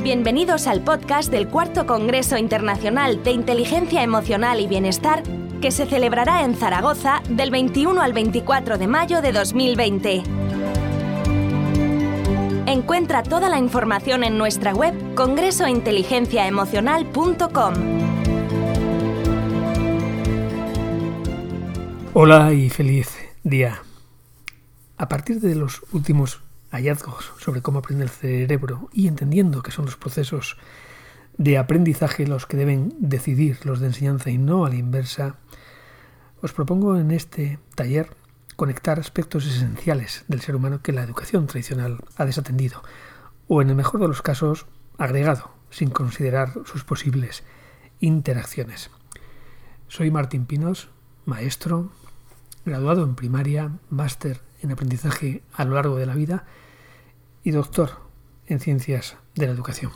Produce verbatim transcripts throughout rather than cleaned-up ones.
Bienvenidos al podcast del Cuarto Congreso Internacional de Inteligencia Emocional y Bienestar, que se celebrará en Zaragoza del veintiuno al veinticuatro de mayo de dos mil veinte. Encuentra toda la información en nuestra web congreso inteligencia emocional punto com. Hola y feliz día. A partir de los últimos hallazgos sobre cómo aprende el cerebro y entendiendo que son los procesos de aprendizaje los que deben decidir los de enseñanza y no a la inversa, os propongo en este taller conectar aspectos esenciales del ser humano que la educación tradicional ha desatendido o, en el mejor de los casos, agregado sin considerar sus posibles interacciones. Soy Martín Pinos, maestro, graduado en primaria, máster en aprendizaje a lo largo de la vida y doctor en ciencias de la educación.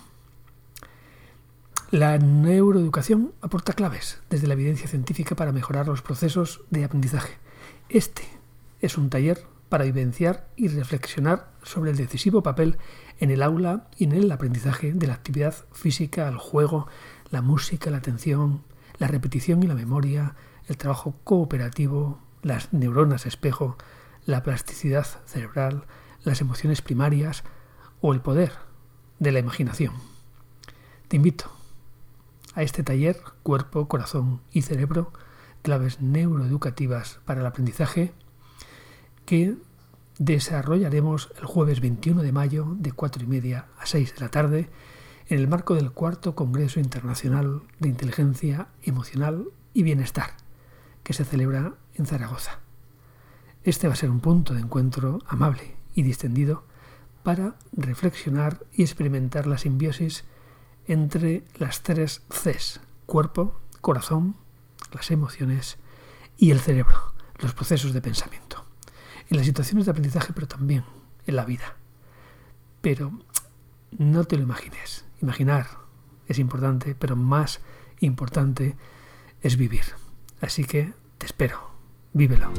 La neuroeducación aporta claves desde la evidencia científica para mejorar los procesos de aprendizaje. Este es un taller para vivenciar y reflexionar sobre el decisivo papel en el aula y en el aprendizaje de la actividad física, el juego, la música, la atención, la repetición y la memoria, el trabajo cooperativo, las neuronas espejo, la plasticidad cerebral, las emociones primarias o el poder de la imaginación. Te invito a este taller Cuerpo, Corazón y Cerebro, claves neuroeducativas para el aprendizaje, que desarrollaremos el jueves veintiuno de mayo de cuatro y media a seis de la tarde en el marco del Cuarto Congreso Internacional de Inteligencia Emocional y Bienestar, que se celebra en Zaragoza. Este va a ser un punto de encuentro amable y distendido para reflexionar y experimentar la simbiosis entre las tres Cs: cuerpo, corazón, las emociones y el cerebro, los procesos de pensamiento, en las situaciones de aprendizaje, pero también en la vida. Pero no te lo imagines. Imaginar es importante, pero más importante es vivir. Así que te espero. Vívelo.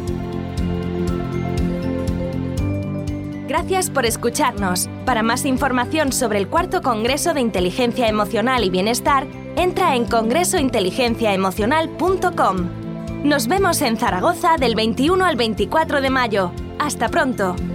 Gracias por escucharnos. Para más información sobre el Cuarto Congreso de Inteligencia Emocional y Bienestar, entra en congreso inteligencia emocional punto com. Nos vemos en Zaragoza del veintiuno al veinticuatro de mayo. ¡Hasta pronto!